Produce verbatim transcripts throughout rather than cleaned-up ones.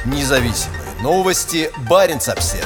Независимые новости. Баренц-Обсервер.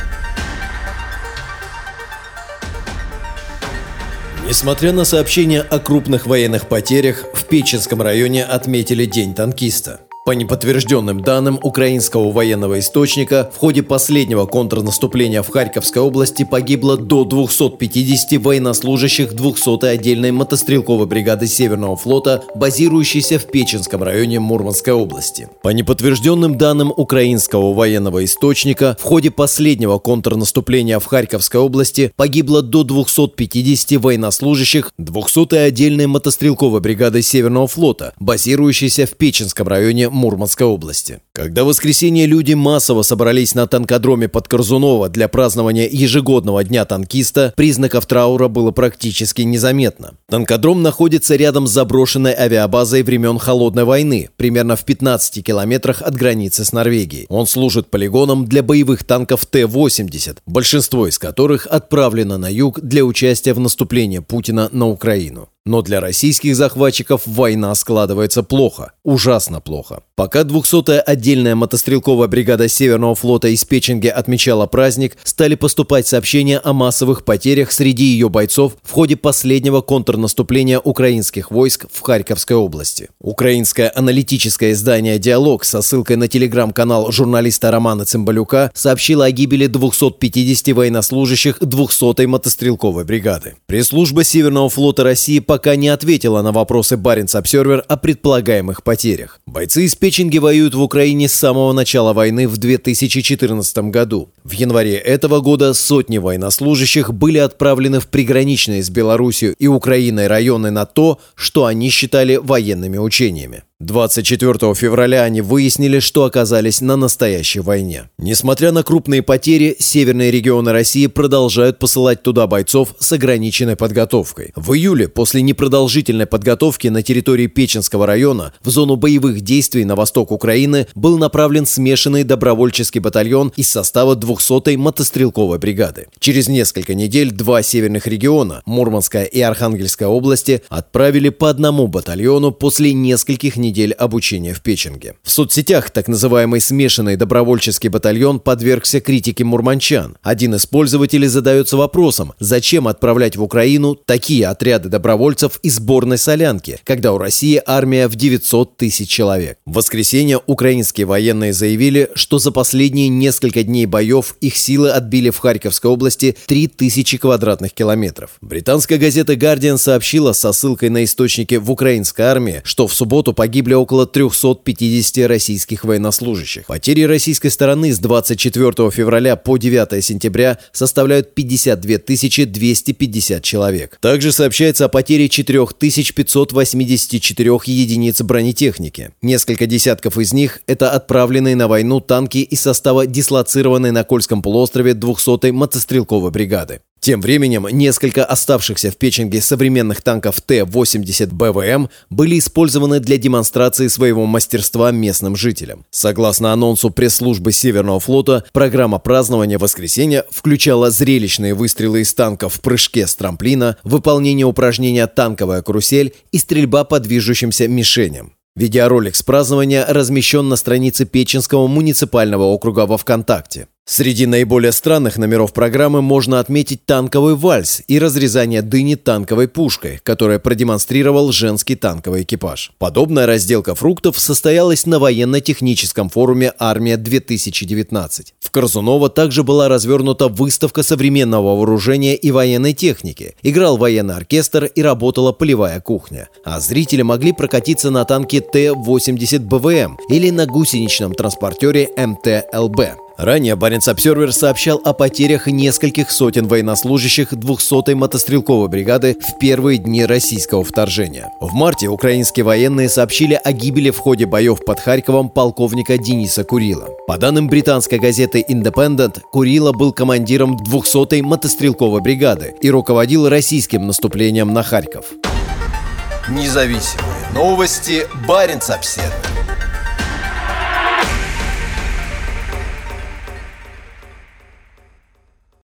Несмотря на сообщения о крупных военных потерях, в Печенском районе отметили День танкиста. По неподтвержденным данным украинского военного источника, в ходе последнего контрнаступления в Харьковской области погибло до двухсот пятидесяти военнослужащих двухсотой отдельной мотострелковой бригады Северного флота, базирующейся в Печенском районе Мурманской области. По неподтвержденным данным украинского военного источника, в ходе последнего контрнаступления в Харьковской области погибло до двухсот пятидесяти военнослужащих двухсотой отдельной мотострелковой бригады Северного флота, базирующейся в Печенском районе Мурманской области. Когда в воскресенье люди массово собрались на танкодроме под Корзуново для празднования ежегодного дня танкиста, признаков траура было практически незаметно. Танкодром находится рядом с заброшенной авиабазой времен Холодной войны, примерно в пятнадцати километрах от границы с Норвегией. Он служит полигоном для боевых танков Т восемьдесят, большинство из которых отправлено на юг для участия в наступлении Путина на Украину. Но для российских захватчиков война складывается плохо, ужасно плохо. Пока двухсотая отдельная мотострелковая бригада Северного флота из Печенги отмечала праздник, стали поступать сообщения о массовых потерях среди ее бойцов в ходе последнего контрнаступления украинских войск в Харьковской области. Украинское аналитическое издание «Диалог» со ссылкой на телеграм-канал журналиста Романа Цымбалюка сообщило о гибели двухсот пятидесяти военнослужащих двухсотой мотострелковой бригады. Пресс-служба Северного флота России по пока не ответила на вопросы Баренц-Обсервер о предполагаемых потерях. Бойцы из Печенги воюют в Украине с самого начала войны в две тысячи четырнадцатом году. В январе этого года сотни военнослужащих были отправлены в приграничные с Белоруссией и Украиной районы на то, что они считали военными учениями. двадцать четвёртого февраля они выяснили, что оказались на настоящей войне. Несмотря на крупные потери, северные регионы России продолжают посылать туда бойцов с ограниченной подготовкой. В июле, после непродолжительной подготовки на территории Печенского района, в зону боевых действий на восток Украины был направлен смешанный добровольческий батальон из состава двухсотой мотострелковой бригады. Через несколько недель два северных региона, Мурманская и Архангельская области, отправили по одному батальону после нескольких недель недель обучения в Печенге. В соцсетях так называемый смешанный добровольческий батальон подвергся критике мурманчан. Один из пользователей задается вопросом, зачем отправлять в Украину такие отряды добровольцев из сборной солянки, когда у России армия в девятьсот тысяч человек. В воскресенье украинские военные заявили, что за последние несколько дней боев их силы отбили в Харьковской области три тысячи квадратных километров. Британская газета Guardian сообщила со ссылкой на источники в украинской армии, что в субботу погибли Погибли около трёхсот пятидесяти российских военнослужащих. Потери российской стороны с двадцать четвёртого февраля по девятое сентября составляют пятьдесят две тысячи двести пятьдесят человек. Также сообщается о потере четыре тысячи пятьсот восемьдесят четыре единиц бронетехники. Несколько десятков из них – это отправленные на войну танки из состава дислоцированной на Кольском полуострове двухсотой мотострелковой бригады. Тем временем несколько оставшихся в Печенге современных танков Т восемьдесят Б В М были использованы для демонстрации своего мастерства местным жителям. Согласно анонсу пресс-службы Северного флота, программа празднования воскресенья включала зрелищные выстрелы из танков в прыжке с трамплина, выполнение упражнения «Танковая карусель» и стрельба по движущимся мишеням. Видеоролик с празднования размещен на странице Печенского муниципального округа во ВКонтакте. Среди наиболее странных номеров программы можно отметить танковый вальс и разрезание дыни танковой пушкой, которое продемонстрировал женский танковый экипаж. Подобная разделка фруктов состоялась на военно-техническом форуме «Армия-две тысячи девятнадцать». В Корзуново также была развернута выставка современного вооружения и военной техники, играл военный оркестр и работала полевая кухня. А зрители могли прокатиться на танке Т восемьдесят Б В М или на гусеничном транспортере М Т Л Б. Ранее Баренц-Обсервер сообщал о потерях нескольких сотен военнослужащих двухсотой мотострелковой бригады в первые дни российского вторжения. В марте украинские военные сообщили о гибели в ходе боев под Харьковом полковника Дениса Курила. По данным британской газеты Independent, Курила был командиром двухсотой мотострелковой бригады и руководил российским наступлением на Харьков. Независимые новости. Баренц-Обсервер.